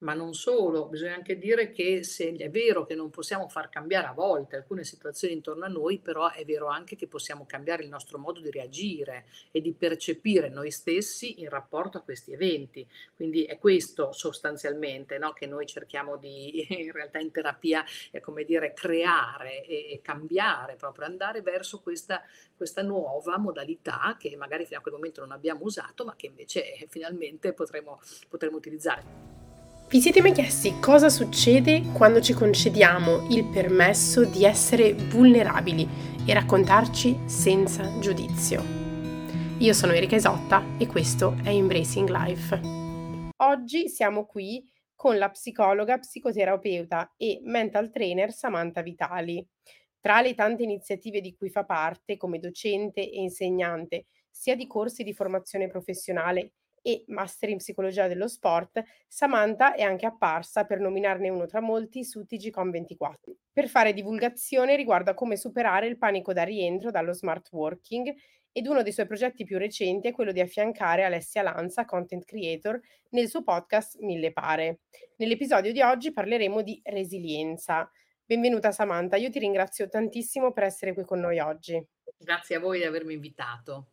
Ma non solo, bisogna anche dire che se è vero che non possiamo far cambiare a volte alcune situazioni intorno a noi, però è vero anche che possiamo cambiare il nostro modo di reagire e di percepire noi stessi in rapporto a questi eventi. Quindi è questo sostanzialmente, no, che noi cerchiamo di in realtà in terapia, è come dire, creare e cambiare, proprio andare verso questa nuova modalità che magari fino a quel momento non abbiamo usato, ma che invece finalmente potremo utilizzare. Vi siete mai chiesti cosa succede quando ci concediamo il permesso di essere vulnerabili e raccontarci senza giudizio? Io sono Erika Isotta e questo è Embracing Life. Oggi siamo qui con la psicologa, psicoterapeuta e mental trainer Samantha Vitali. Tra le tante iniziative di cui fa parte come docente e insegnante, sia di corsi di formazione professionale e master in psicologia dello sport, Samantha è anche apparsa, per nominarne uno tra molti, su TGCom24, per fare divulgazione riguardo a come superare il panico da rientro dallo smart working, ed uno dei suoi progetti più recenti è quello di affiancare Alessia Lanza, content creator, nel suo podcast Mille Pare. Nell'episodio di oggi parleremo di resilienza. Benvenuta Samantha, io ti ringrazio tantissimo per essere qui con noi oggi. Grazie a voi di avermi invitato.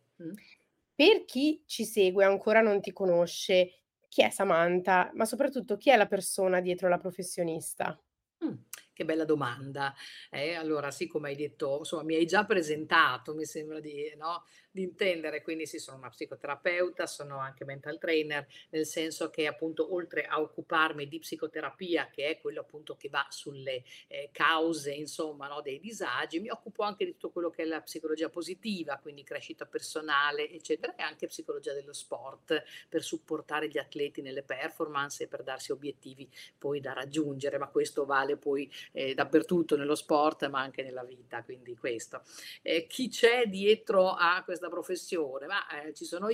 Per chi ci segue e ancora non ti conosce, chi è Samantha? Ma soprattutto chi è la persona dietro la professionista? Mh, che bella domanda. Allora sì, come hai detto, insomma mi hai già presentato, mi sembra di no, di intendere, quindi sì, sono una psicoterapeuta, sono anche mental trainer, nel senso che appunto oltre a occuparmi di psicoterapia, che è quello appunto che va sulle, cause insomma, no, dei disagi, mi occupo anche di tutto quello che è la psicologia positiva, quindi crescita personale, eccetera, e anche psicologia dello sport, per supportare gli atleti nelle performance e per darsi obiettivi poi da raggiungere, ma questo vale poi dappertutto nello sport, ma anche nella vita, quindi questo. Chi c'è dietro a questa professione? Ma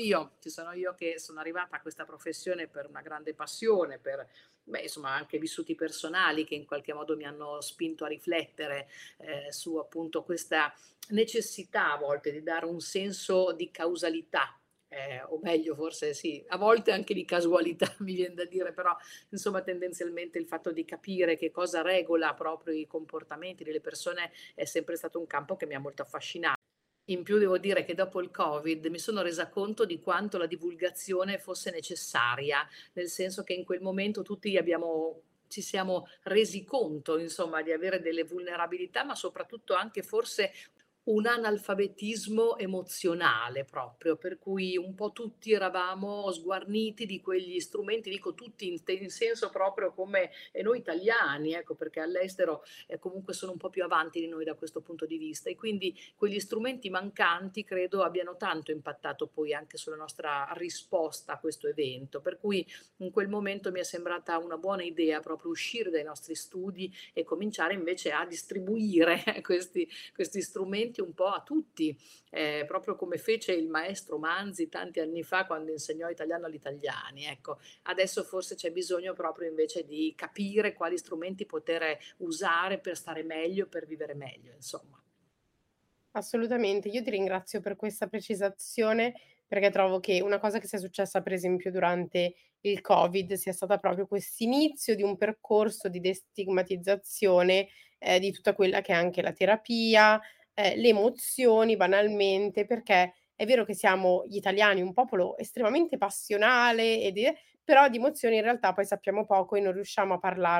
ci sono io che sono arrivata a questa professione per una grande passione, per beh, insomma, anche vissuti personali che in qualche modo mi hanno spinto a riflettere su appunto questa necessità a volte di dare un senso di causalità, o meglio forse sì, a volte anche di casualità mi vien da dire, però insomma tendenzialmente il fatto di capire che cosa regola proprio i comportamenti delle persone è sempre stato un campo che mi ha molto affascinato. In più devo dire che dopo il Covid mi sono resa conto di quanto la divulgazione fosse necessaria, nel senso che in quel momento tutti abbiamo ci siamo resi conto, insomma, di avere delle vulnerabilità, ma soprattutto anche forse un analfabetismo emozionale proprio, per cui un po' tutti eravamo sguarniti di quegli strumenti, dico tutti in senso proprio come noi italiani, ecco, perché all'estero, comunque sono un po' più avanti di noi da questo punto di vista e quindi quegli strumenti mancanti credo abbiano tanto impattato poi anche sulla nostra risposta a questo evento. Per cui in quel momento mi è sembrata una buona idea proprio uscire dai nostri studi e cominciare invece a distribuire questi strumenti un po' a tutti, proprio come fece il maestro Manzi tanti anni fa quando insegnò italiano agli italiani. Ecco, adesso forse c'è bisogno proprio invece di capire quali strumenti poter usare per stare meglio, per vivere meglio, insomma. Assolutamente, io ti ringrazio per questa precisazione, perché trovo che una cosa che sia successa per esempio durante il Covid sia stata proprio quest'inizio di un percorso di destigmatizzazione, di tutta quella che è anche la terapia, le emozioni banalmente, perché è vero che siamo gli italiani un popolo estremamente passionale però di emozioni in realtà poi sappiamo poco e non riusciamo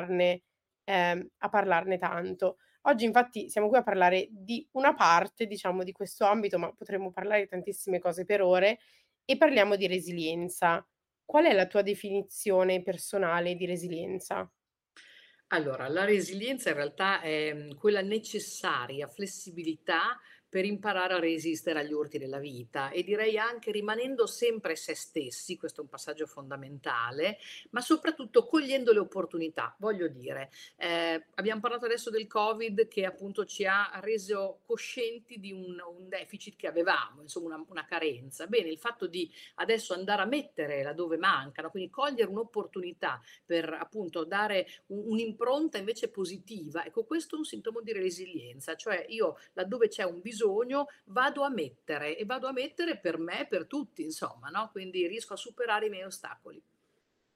a parlarne tanto. Oggi infatti siamo qui a parlare di una parte, diciamo, di questo ambito, ma potremmo parlare di tantissime cose per ore, e parliamo di resilienza. Qual è la tua definizione personale di resilienza? Allora, la resilienza in realtà è, quella necessaria flessibilità per imparare a resistere agli urti della vita e direi anche rimanendo sempre se stessi, questo è un passaggio fondamentale, ma soprattutto cogliendo le opportunità. Voglio dire, abbiam parlato adesso del Covid che appunto ci ha reso coscienti di un deficit che avevamo, insomma una carenza. Bene, il fatto di adesso andare a mettere laddove mancano, quindi cogliere un'opportunità per appunto dare un'impronta invece positiva. Ecco, questo è un sintomo di resilienza, cioè io laddove c'è un bisogno vado a mettere e vado a mettere per me, per tutti, insomma, no? Quindi riesco a superare i miei ostacoli.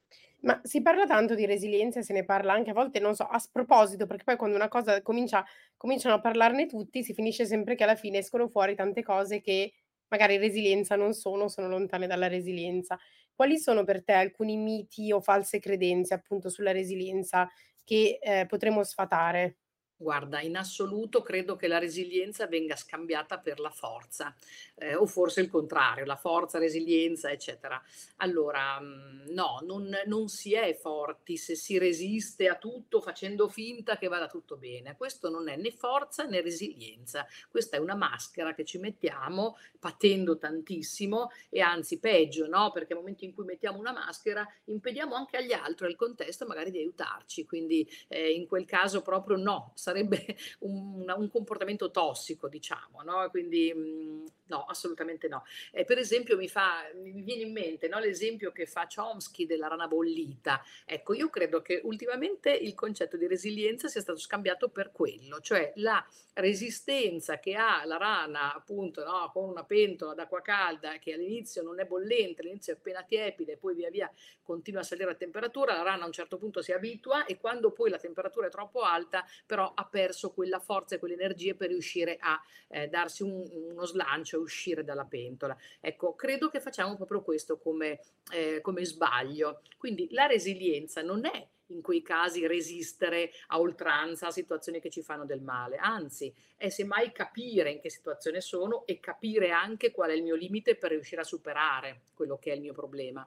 Ma si parla tanto di resilienza e se ne parla anche a volte, non so, a sproposito, perché poi quando una cosa cominciano a parlarne tutti, si finisce sempre che alla fine escono fuori tante cose che magari resilienza non sono, sono lontane dalla resilienza. Quali sono per te alcuni miti o false credenze, appunto, sulla resilienza che, potremmo sfatare? Guarda, in assoluto credo che la resilienza venga scambiata per la forza, o forse il contrario, la forza, resilienza, eccetera. Allora, no, non si è forti se si resiste a tutto facendo finta che vada tutto bene. Questo non è né forza né resilienza. Questa è una maschera che ci mettiamo patendo tantissimo e anzi peggio, no, perché nel momento in cui mettiamo una maschera impediamo anche agli altri, al contesto magari di aiutarci. Quindi in quel caso proprio no, sarebbe un comportamento tossico diciamo, no, quindi, no, assolutamente no. Per esempio mi viene in mente, no, l'esempio che fa Chomsky della rana bollita. Ecco, io credo che ultimamente il concetto di resilienza sia stato scambiato per quello, cioè la resistenza che ha la rana appunto, no, con una pentola d'acqua calda che all'inizio non è bollente, all'inizio è appena tiepida e poi via via continua a salire la temperatura, la rana a un certo punto si abitua e quando poi la temperatura è troppo alta, però ha perso quella forza e quelle energie per riuscire a darsi uno slancio e uscire dalla pentola. Ecco, credo che facciamo proprio questo come sbaglio. Quindi la resilienza non è in quei casi resistere a oltranza a situazioni che ci fanno del male, anzi è semmai capire in che situazione sono e capire anche qual è il mio limite per riuscire a superare quello che è il mio problema.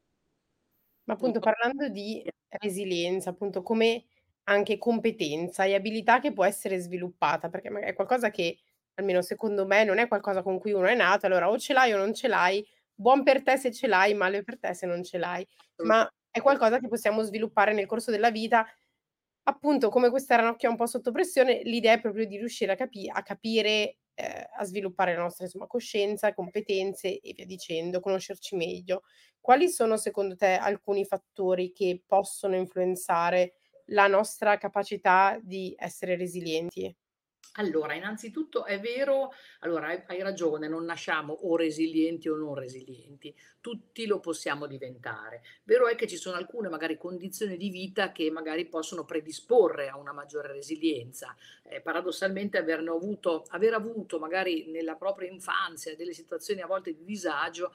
Ma Non appunto so. parlando di resilienza, appunto come anche competenza e abilità che può essere sviluppata, perché magari è qualcosa che, almeno secondo me, non è qualcosa con cui uno è nato, allora o ce l'hai o non ce l'hai, buon per te se ce l'hai, male per te se non ce l'hai, ma è Assolutamente. qualcosa che possiamo sviluppare nel corso della vita. Appunto, come questa ranocchia un po' sotto pressione, l'idea è proprio di riuscire a capire, a sviluppare la nostra, insomma, coscienza, competenze e via dicendo, conoscerci meglio. Quali sono secondo te alcuni fattori che possono influenzare la nostra capacità di essere resilienti? Allora, innanzitutto è vero, allora hai ragione, non nasciamo o resilienti o non resilienti, tutti lo possiamo diventare. Vero è che ci sono alcune magari condizioni di vita che magari possono predisporre a una maggiore resilienza. Paradossalmente aver avuto magari nella propria infanzia delle situazioni a volte di disagio,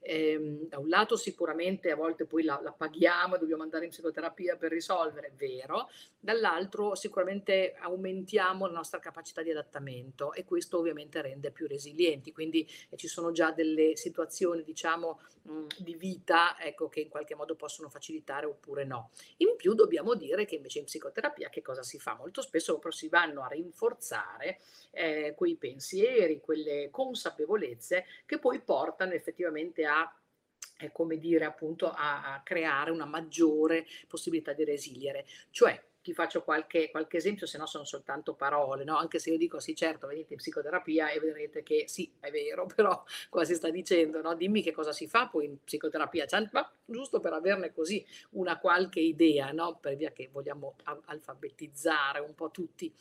da un lato sicuramente a volte poi la paghiamo e dobbiamo andare in psicoterapia per risolvere, vero, dall'altro sicuramente aumentiamo la nostra capacità di adattamento e questo ovviamente rende più resilienti, quindi ci sono già delle situazioni diciamo di vita ecco, che in qualche modo possono facilitare oppure no. In più dobbiamo dire che invece in psicoterapia che cosa si fa? Molto spesso proprio si vanno a rinforzare quei pensieri, quelle consapevolezze che poi portano effettivamente a come dire, appunto, a creare una maggiore possibilità di resiliere. Cioè, ti faccio qualche esempio, se no sono soltanto parole, no? Anche se io dico sì, certo, venite in psicoterapia e vedrete che sì, è vero, però cosa si sta dicendo, no? Dimmi che cosa si fa poi in psicoterapia, ma giusto per averne così una qualche idea, no? Per via che vogliamo alfabetizzare un po' tutti.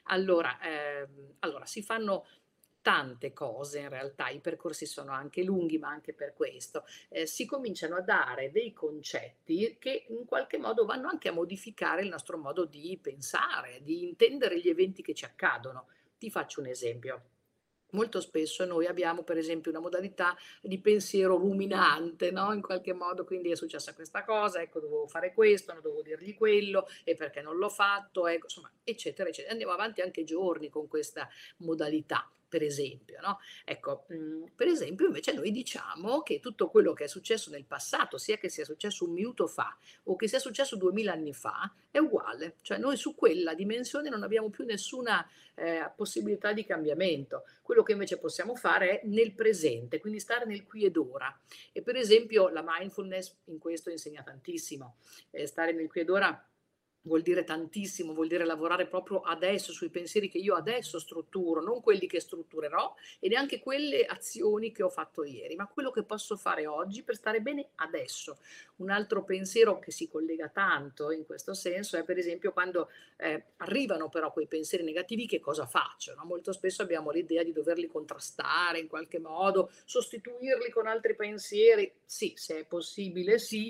Allora si fanno tante cose in realtà, i percorsi sono anche lunghi, ma anche per questo si cominciano a dare dei concetti che in qualche modo vanno anche a modificare il nostro modo di pensare, di intendere gli eventi che ci accadono. Ti faccio un esempio. Molto spesso noi abbiamo per esempio una modalità di pensiero ruminante, no, in qualche modo, quindi è successa questa cosa, ecco dovevo fare questo, non dovevo dirgli quello e perché non l'ho fatto, ecco, insomma, eccetera, eccetera. Andiamo avanti anche giorni con questa modalità, per esempio, no? Ecco, per esempio invece noi diciamo che tutto quello che è successo nel passato, sia che sia successo 1 minuto fa o che sia successo 2000 anni fa, è uguale. Cioè noi su quella dimensione non abbiamo più nessuna possibilità di cambiamento. Quello che invece possiamo fare è nel presente, quindi stare nel qui ed ora. E per esempio la mindfulness in questo insegna tantissimo. Stare nel qui ed ora vuol dire tantissimo, vuol dire lavorare proprio adesso sui pensieri che io adesso strutturo, non quelli che strutturerò e neanche quelle azioni che ho fatto ieri, ma quello che posso fare oggi per stare bene adesso. Un altro pensiero che si collega tanto in questo senso è per esempio quando arrivano però quei pensieri negativi, che cosa faccio? No? Molto spesso abbiamo l'idea di doverli contrastare in qualche modo, sostituirli con altri pensieri, sì, se è possibile sì,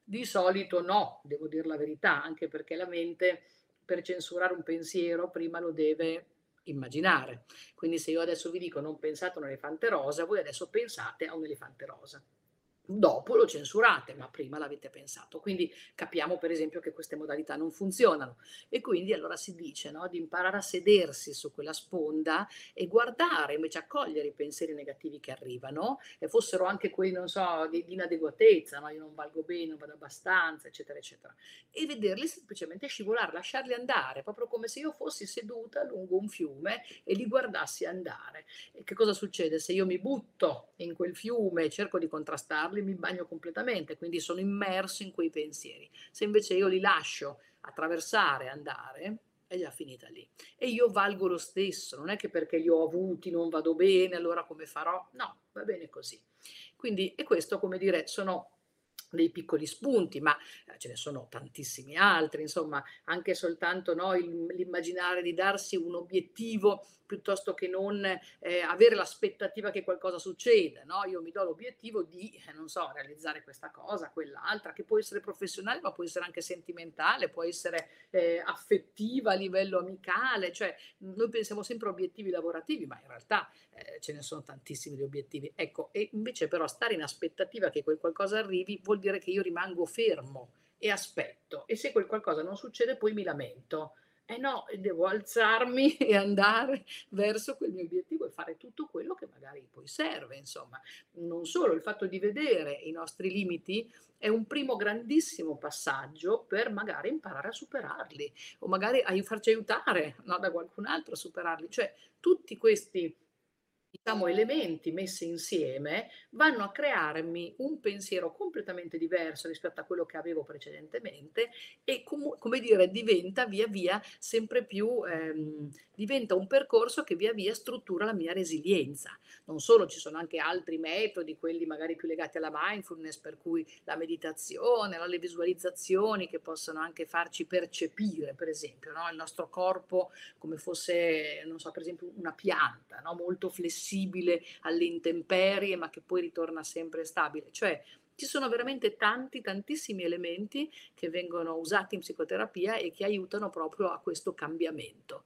Di solito no, devo dir la verità, anche perché la mente per censurare un pensiero prima lo deve immaginare. Quindi se io adesso vi dico: "Non pensate a un elefante rosa", voi adesso pensate a un elefante rosa. Dopo lo censurate, ma prima l'avete pensato. Quindi capiamo per esempio che queste modalità non funzionano e quindi allora si dice, no, di imparare a sedersi su quella sponda e guardare, invece accogliere i pensieri negativi che arrivano, e fossero anche quelli, non so, di inadeguatezza, no, io non valgo bene, non vado abbastanza, eccetera, eccetera, e vederli semplicemente scivolare, lasciarli andare, proprio come se io fossi seduta lungo un fiume e li guardassi andare. E che cosa succede? Se io mi butto in quel fiume e cerco di contrastarli, mi bagno completamente, quindi sono immerso in quei pensieri. Se invece io li lascio attraversare, andare, è già finita lì. E io valgo lo stesso, non è che perché li ho avuti non vado bene, allora come farò? No, va bene così. Quindi, e questo, come dire, sono dei piccoli spunti, ma ce ne sono tantissimi altri, insomma, anche soltanto no, l'immaginare di darsi un obiettivo piuttosto che non avere l'aspettativa che qualcosa succeda. No? Io mi do l'obiettivo di, non so, realizzare questa cosa, quell'altra, che può essere professionale, ma può essere anche sentimentale, può essere affettiva a livello amicale. Cioè, noi pensiamo sempre a obiettivi lavorativi, ma in realtà ce ne sono tantissimi di obiettivi. Ecco, e invece però stare in aspettativa che quel qualcosa arrivi vuol dire che io rimango fermo e aspetto, e se quel qualcosa non succede poi mi lamento. Eh no, devo alzarmi e andare verso quel mio obiettivo e fare tutto quello che magari poi serve, insomma. Non solo, il fatto di vedere i nostri limiti è un primo grandissimo passaggio per magari imparare a superarli o magari farci aiutare, no, da qualcun altro a superarli. Cioè, tutti questi, diciamo, elementi messi insieme vanno a crearmi un pensiero completamente diverso rispetto a quello che avevo precedentemente e come dire, diventa via via sempre più, diventa un percorso che via via struttura la mia resilienza. Non solo, ci sono anche altri metodi, quelli magari più legati alla mindfulness, per cui la meditazione, no, le visualizzazioni che possono anche farci percepire, per esempio, no, il nostro corpo come fosse, non so, per esempio una pianta, no? Molto flessibile alle intemperie, ma che poi ritorna sempre stabile. Cioè, ci sono veramente tanti, tantissimi elementi che vengono usati in psicoterapia e che aiutano proprio a questo cambiamento.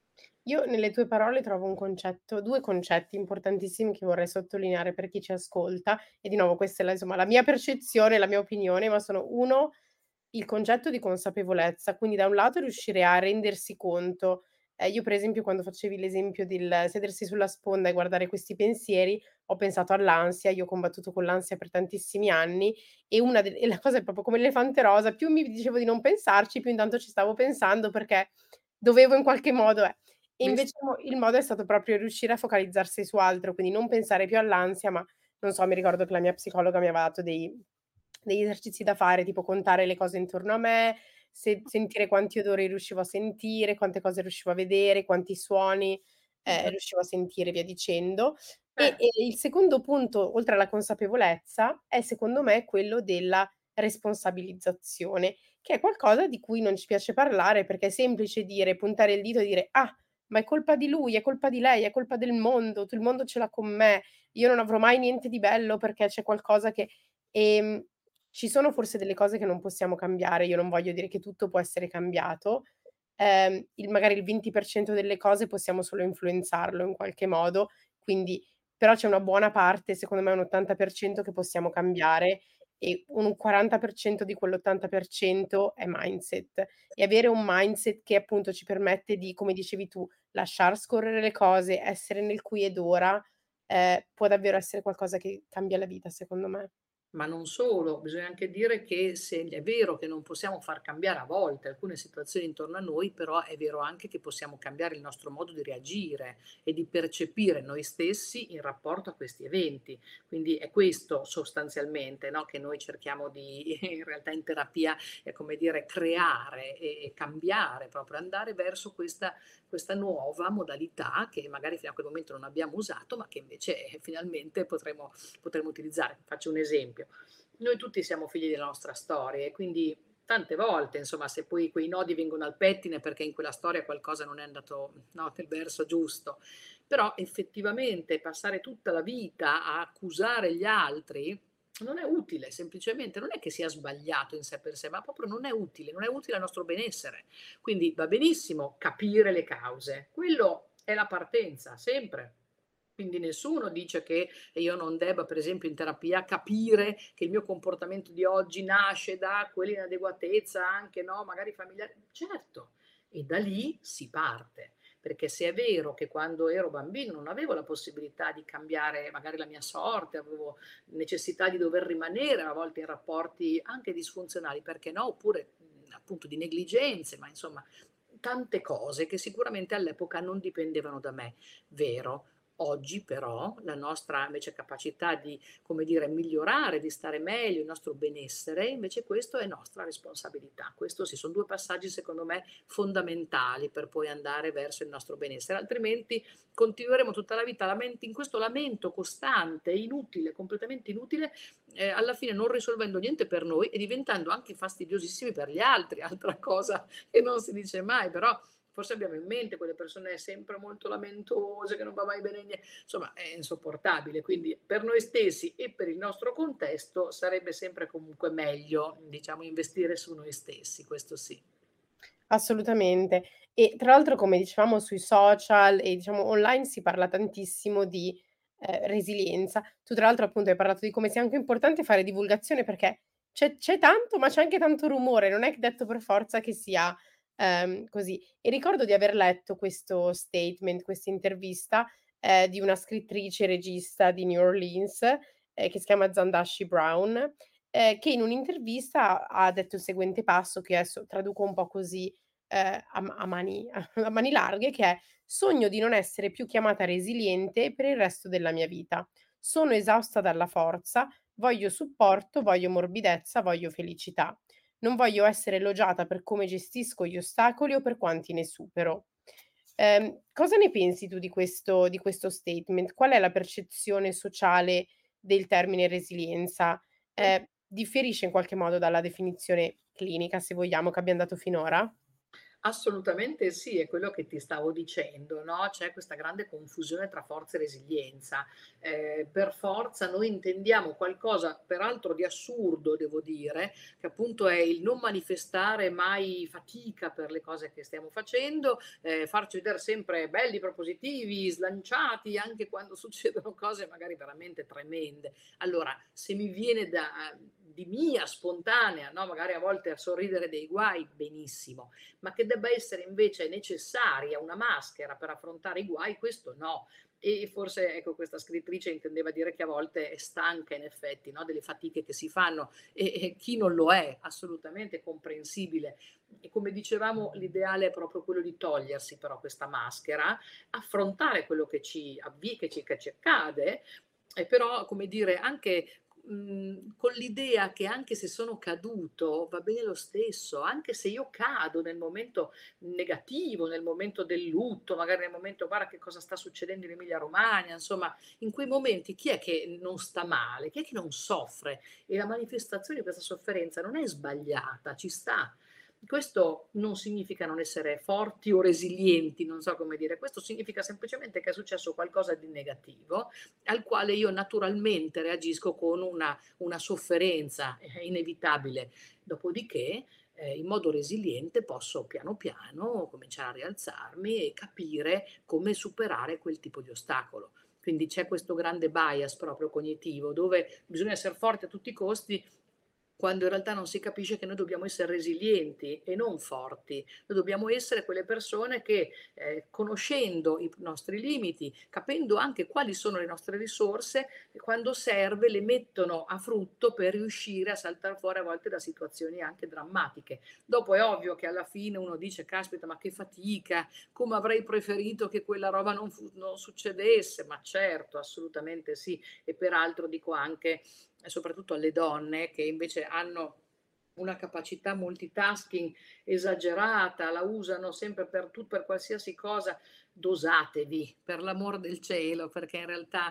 Io nelle tue parole trovo un concetto 2 concetti importantissimi che vorrei sottolineare per chi ci ascolta e di nuovo questa è la insomma la mia percezione, la mia opinione, ma sono: 1 il concetto di consapevolezza, quindi da un lato riuscire a rendersi conto io per esempio quando facevi l'esempio del sedersi sulla sponda e guardare questi pensieri, ho pensato all'ansia, io ho combattuto con l'ansia per tantissimi anni e una de e la cosa è proprio come l'elefante rosa, più mi dicevo di non pensarci, più intanto ci stavo pensando perché dovevo in qualche modo e Vis- invece il modo è stato proprio riuscire a focalizzarsi su altro, quindi non pensare più all'ansia, ma non so, mi ricordo che la mia psicologa mi aveva dato degli esercizi da fare, tipo contare le cose intorno a me, sentire quanti odori riuscivo a sentire, quante cose riuscivo a vedere, quanti suoni, riuscivo a sentire, via dicendo. E il secondo punto, oltre alla consapevolezza, è secondo me quello della responsabilizzazione, che è qualcosa di cui non ci piace parlare, perché è semplice dire puntare il dito e dire: "Ah, ma è colpa di lui, è colpa di lei, è colpa del mondo, tu il mondo ce l'ha con me, io non avrò mai niente di bello perché c'è qualcosa che" ehm, ci sono forse delle cose che non possiamo cambiare, io non voglio dire che tutto può essere cambiato, il magari il 20% delle cose possiamo solo influenzarlo in qualche modo, quindi però c'è una buona parte, secondo me un 80% che possiamo cambiare e un 40% di quell'80% è mindset. E avere un mindset che appunto ci permette di, come dicevi tu, lasciar scorrere le cose, essere nel qui ed ora, può davvero essere qualcosa che cambia la vita secondo me. Ma non solo, bisogna anche dire che se è vero che non possiamo far cambiare a volte alcune situazioni intorno a noi, però è vero anche che possiamo cambiare il nostro modo di reagire e di percepire noi stessi in rapporto a questi eventi. Quindi è questo sostanzialmente, no, che noi cerchiamo di, in realtà in terapia, è come dire, creare e cambiare, proprio andare verso questa nuova modalità che magari fino a quel momento non abbiamo usato, ma che invece finalmente potremo utilizzare. Faccio un esempio. Noi tutti siamo figli della nostra storia e quindi tante volte, insomma, se poi quei nodi vengono al pettine perché in quella storia qualcosa non è andato, no, nel verso giusto, però effettivamente passare tutta la vita a accusare gli altri Non è utile, semplicemente, non è che sia sbagliato in sé per sé, ma proprio non è utile, non è utile al nostro benessere. Quindi va benissimo capire le cause, quello è la partenza, sempre. Quindi nessuno dice che io non debba, per esempio, in terapia capire che il mio comportamento di oggi nasce da quell'inadeguatezza anche, no, magari familiare. Certo, e da lì si parte. Perché se è vero che quando ero bambino non avevo la possibilità di cambiare magari la mia sorte, avevo necessità di dover rimanere a volte in rapporti anche disfunzionali, perché no, oppure appunto di negligenze, ma insomma tante cose che sicuramente all'epoca non dipendevano da me, vero. Oggi però la nostra invece capacità di, come dire, migliorare, di stare meglio, il nostro benessere, invece questo è nostra responsabilità. Questo sì, sono due passaggi secondo me fondamentali per poi andare verso il nostro benessere, altrimenti continueremo tutta la vita in questo lamento costante, inutile, completamente inutile, alla fine non risolvendo niente per noi e diventando anche fastidiosissimi per gli altri, altra cosa che non si dice mai, però forse abbiamo in mente quelle persone sempre molto lamentose, che non va mai bene niente, insomma è insopportabile, quindi per noi stessi e per il nostro contesto sarebbe sempre comunque meglio, diciamo, investire su noi stessi, questo sì. Assolutamente. E tra l'altro come dicevamo sui social e diciamo online si parla tantissimo di, resilienza. Tu tra l'altro appunto hai parlato di come sia anche importante fare divulgazione perché c'è tanto, ma c'è anche tanto rumore, non è detto per forza che sia, così. E ricordo di aver letto questo statement, questa intervista, di una scrittrice e regista di New Orleans, che si chiama Zandashi Brown, che in un'intervista ha detto il seguente passo, che adesso traduco un po' così, a mani a mani larghe, che è: "Sogno di non essere più chiamata resiliente per il resto della mia vita. Sono esausta dalla forza, voglio supporto, voglio morbidezza, voglio felicità. Non voglio essere elogiata per come gestisco gli ostacoli o per quanti ne supero." Cosa ne pensi tu di questo statement? Qual è la percezione sociale del termine resilienza? Differisce in qualche modo dalla definizione clinica, se vogliamo, che abbiam dato finora? Assolutamente sì, è quello che ti stavo dicendo, no, c'è questa grande confusione tra forza e resilienza. Per forza noi intendiamo qualcosa, peraltro di assurdo devo dire, che appunto è il non manifestare mai fatica per le cose che stiamo facendo, farci vedere sempre belli, propositivi, slanciati, anche quando succedono cose magari veramente tremende. Allora, se mi viene di mia spontanea, no, magari a volte a sorridere dei guai, benissimo, ma che debba essere invece necessaria una maschera per affrontare i guai, questo no. E forse ecco, questa scrittrice intendeva dire che a volte è stanca in effetti, no, delle fatiche che si fanno e chi non lo è, assolutamente comprensibile. E come dicevamo, l'ideale è proprio quello di togliersi però questa maschera, affrontare quello che ci accade, e però, come dire, anche con l'idea che anche se sono caduto va bene lo stesso, anche se io cado nel momento negativo, nel momento del lutto, magari nel momento guarda che cosa sta succedendo in Emilia Romagna, insomma, in quei momenti chi è che non sta male, chi è che non soffre? E la manifestazione di questa sofferenza non è sbagliata, ci sta. Questo non significa non essere forti o resilienti, non so come dire, questo significa semplicemente che è successo qualcosa di negativo al quale io naturalmente reagisco con una sofferenza inevitabile. Dopodiché, in modo resiliente posso piano piano cominciare a rialzarmi e capire come superare quel tipo di ostacolo. Quindi c'è questo grande bias proprio cognitivo dove bisogna essere forti a tutti i costi quando in realtà non si capisce che noi dobbiamo essere resilienti e non forti. Noi dobbiamo essere quelle persone che, conoscendo i nostri limiti, capendo anche quali sono le nostre risorse, quando serve le mettono a frutto per riuscire a saltar fuori a volte da situazioni anche drammatiche. Dopo è ovvio che alla fine uno dice: "Caspita, ma che fatica, come avrei preferito che quella roba non succedesse." Ma certo, assolutamente sì. E peraltro dico anche, e soprattutto alle donne che invece hanno una capacità multitasking esagerata, la usano sempre per qualsiasi cosa. dosatevi, per l'amor del cielo, perché in realtà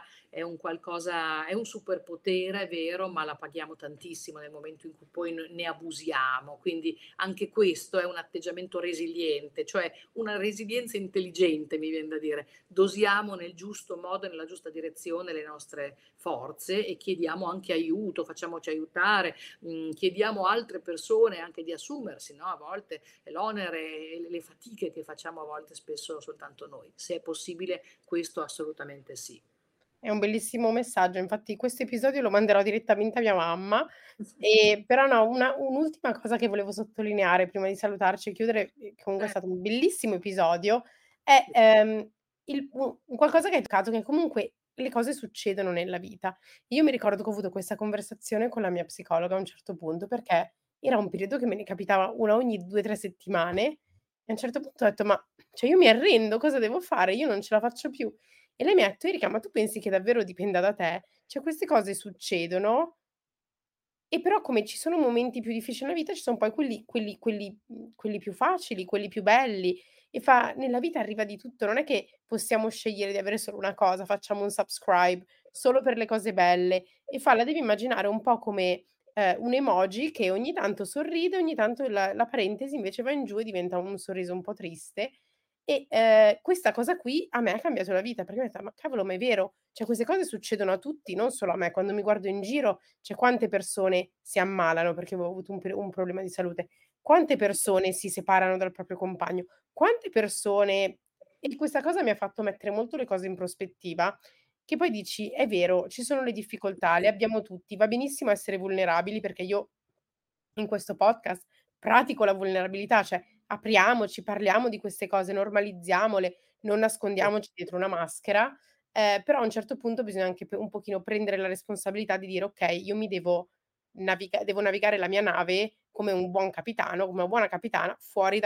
è un superpotere, è vero, ma la paghiamo tantissimo nel momento in cui poi ne abusiamo. Quindi anche questo è un atteggiamento resiliente, cioè una resilienza intelligente, mi viene da dire. Dosiamo nel giusto modo e nella giusta direzione le nostre forze e chiediamo anche aiuto, facciamoci aiutare, chiediamo a altre persone anche di assumersi, no? A volte l'onere e le fatiche che facciamo a volte spesso soltanto noi. Se è possibile, questo assolutamente sì. È un bellissimo messaggio, infatti questo episodio lo manderò direttamente a mia mamma. Però no, un'ultima cosa che volevo sottolineare prima di salutarci e chiudere, comunque è stato un bellissimo episodio, è, il un qualcosa che hai toccato, che comunque le cose succedono nella vita. Io mi ricordo che ho avuto questa conversazione con la mia psicologa a un certo punto, perché era un periodo che me ne capitava una ogni 2, 3 settimane e a un certo punto ho detto: "Ma cioè io mi arrendo, cosa devo fare? Io non ce la faccio più". E lei mi ha detto: "Erika, ma tu pensi che davvero dipenda da te? Cioè queste cose succedono e però come ci sono momenti più difficili nella vita, ci son poi quelli più facili, quelli più belli". E fa: "Nella vita arriva di tutto, non è che possiamo scegliere di avere solo una cosa, facciamo un subscribe solo per le cose belle". E fa: "La devi immaginare un po' come, un emoji che ogni tanto sorride, ogni tanto la parentesi invece va in giù e diventa un sorriso un po' triste". E, questa cosa qui a me ha cambiato la vita, perché ho detto: "Ma cavolo, ma è vero, cioè queste cose succedono a tutti, non solo a me". Quando mi guardo in giro, cioè quante persone si ammalano perché avevo avuto un problema di salute, quante persone si separano dal proprio compagno, quante persone e questa cosa mi ha fatto mettere molto le cose in prospettiva, che poi dici: "È vero, ci sono le difficoltà, le abbiamo tutti, va benissimo essere vulnerabili", perché io in questo podcast pratico la vulnerabilità, cioè apriamoci, parliamo di queste cose, normalizziamole, non nascondiamoci dietro una maschera, però a un certo punto bisogna anche un pochino prendere la responsabilità di dire: "Okay, io mi devo navigare la mia nave come un buon capitano, come una buona capitana fuori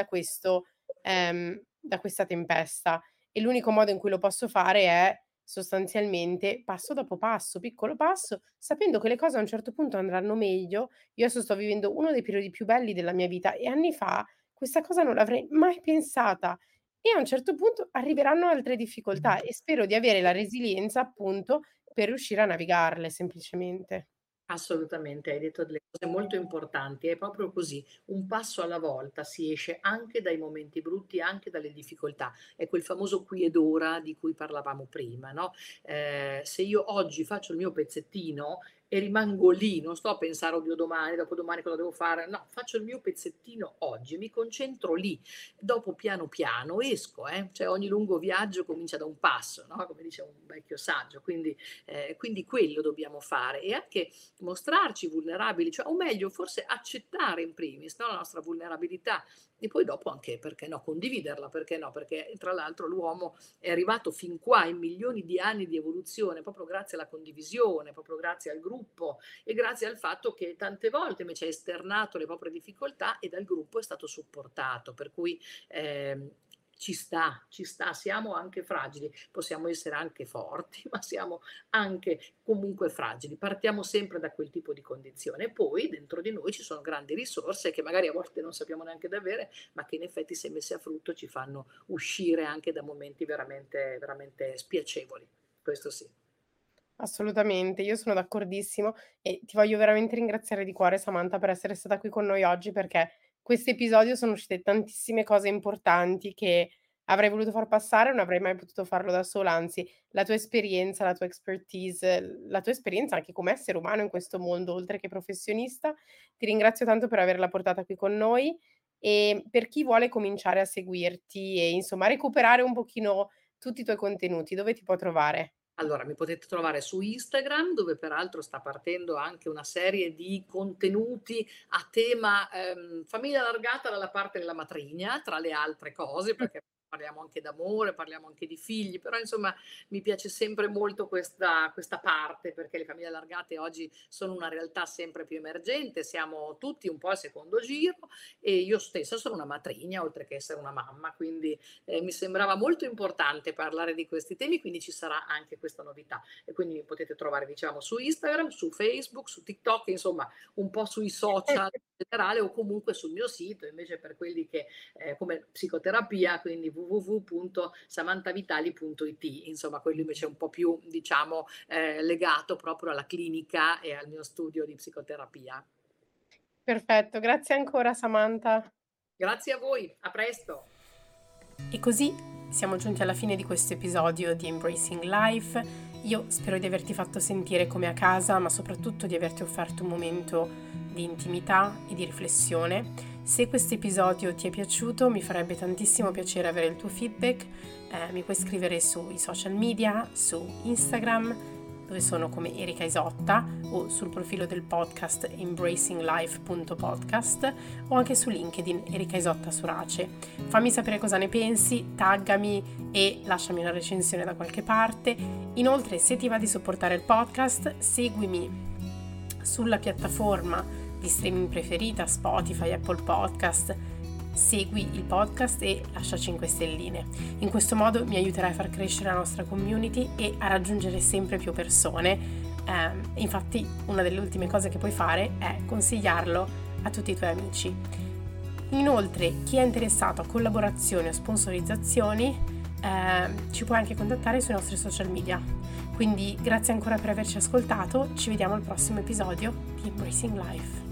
da questa tempesta". E l'unico modo in cui lo posso fare è sostanzialmente passo dopo passo, piccolo passo, sapendo che le cose a un certo punto andranno meglio. Io adesso sto vivendo uno dei periodi più belli della mia vita e anni fa questa cosa non l'avrei mai pensata. E a un certo punto arriveranno altre difficoltà e spero di avere la resilienza, appunto, per riuscire a navigarle semplicemente. Assolutamente, hai detto delle cose molto importanti, è proprio così, un passo alla volta si esce anche dai momenti brutti, anche dalle difficoltà. È quel famoso qui ed ora di cui parlavamo prima, no, se io oggi faccio il mio pezzettino e rimango lì, non sto a pensare: "Oddio domani, dopodomani cosa devo fare", no, faccio il mio pezzettino oggi, mi concentro lì. Dopo piano piano esco, cioè ogni lungo viaggio comincia da un passo, no, come dice un vecchio saggio, quindi quello dobbiamo fare e anche mostrarci vulnerabili, cioè o meglio forse accettare in primis, no, la nostra vulnerabilità e poi dopo anche, perché no, condividerla, perché no, perché tra l'altro l'uomo è arrivato fin qua in milioni di anni di evoluzione proprio grazie alla condivisione, proprio grazie al gruppo e grazie al fatto che tante volte invece ha esternato le proprie difficoltà e dal gruppo è stato supportato, per cui ci sta, siamo anche fragili, possiamo essere anche forti, ma siamo anche comunque fragili. Partiamo sempre da quel tipo di condizione e poi dentro di noi ci sono grandi risorse che magari a volte non sappiamo neanche di avere, ma che in effetti se messe a frutto ci fanno uscire anche da momenti veramente, veramente spiacevoli. Questo sì. Assolutamente, io sono d'accordissimo e ti voglio veramente ringraziare di cuore, Samantha, per essere stata qui con noi oggi, perché quest'episodio sono uscite tantissime cose importanti che avrei voluto far passare, non avrei mai potuto farlo da sola, anzi, la tua esperienza, la tua expertise, la tua esperienza anche come essere umano in questo mondo, oltre che professionista, ti ringrazio tanto per averla portata qui con noi e per chi vuole cominciare a seguirti e insomma recuperare un pochino tutti i tuoi contenuti, dove ti può trovare? Allora, mi potete trovare su Instagram, dove peraltro sta partendo anche una serie di contenuti a tema, famiglia allargata dalla parte della matrigna, tra le altre cose, perché parliamo anche d'amore, parliamo anche di figli, però insomma mi piace sempre molto questa parte, perché le famiglie allargate oggi sono una realtà sempre più emergente, siamo tutti un po' al secondo giro e io stessa sono una matrigna, oltre che essere una mamma, quindi mi sembrava molto importante parlare di questi temi, quindi ci sarà anche questa novità. E quindi mi potete trovare, diciamo, su Instagram, su Facebook, su TikTok, insomma, un po' sui social generale o comunque sul mio sito, invece per quelli che come psicoterapia, quindi www.samantavitali.it, insomma quello invece è un po' più, diciamo, legato proprio alla clinica e al mio studio di psicoterapia. Perfetto, grazie ancora Samantha. Grazie a voi, a presto. E così siamo giunti alla fine di questo episodio di Embracing Life. Io spero di averti fatto sentire come a casa, ma soprattutto di averti offerto un momento di intimità e di riflessione. Se questo episodio ti è piaciuto, mi farebbe tantissimo piacere avere il tuo feedback. Mi puoi scrivere sui social media, su Instagram, dove sono come Erika Isotta, o sul profilo del podcast embracinglife.podcast, o anche su LinkedIn Erika Isotta Surace. Fammi sapere cosa ne pensi, taggami e lasciami una recensione da qualche parte. Inoltre, se ti va di supportare il podcast, seguimi sulla piattaforma di streaming preferita, Spotify, Apple Podcast. Segui il podcast e lascia 5 stelline. In questo modo mi aiuterai a far crescere la nostra community e a raggiungere sempre più persone. Infatti, una delle ultime cose che puoi fare è consigliarlo a tutti i tuoi amici. Inoltre, chi è interessato a collaborazioni o sponsorizzazioni ci puoi anche contattare sui nostri social media. Quindi grazie ancora per averci ascoltato, ci vediamo al prossimo episodio di Embracing Life.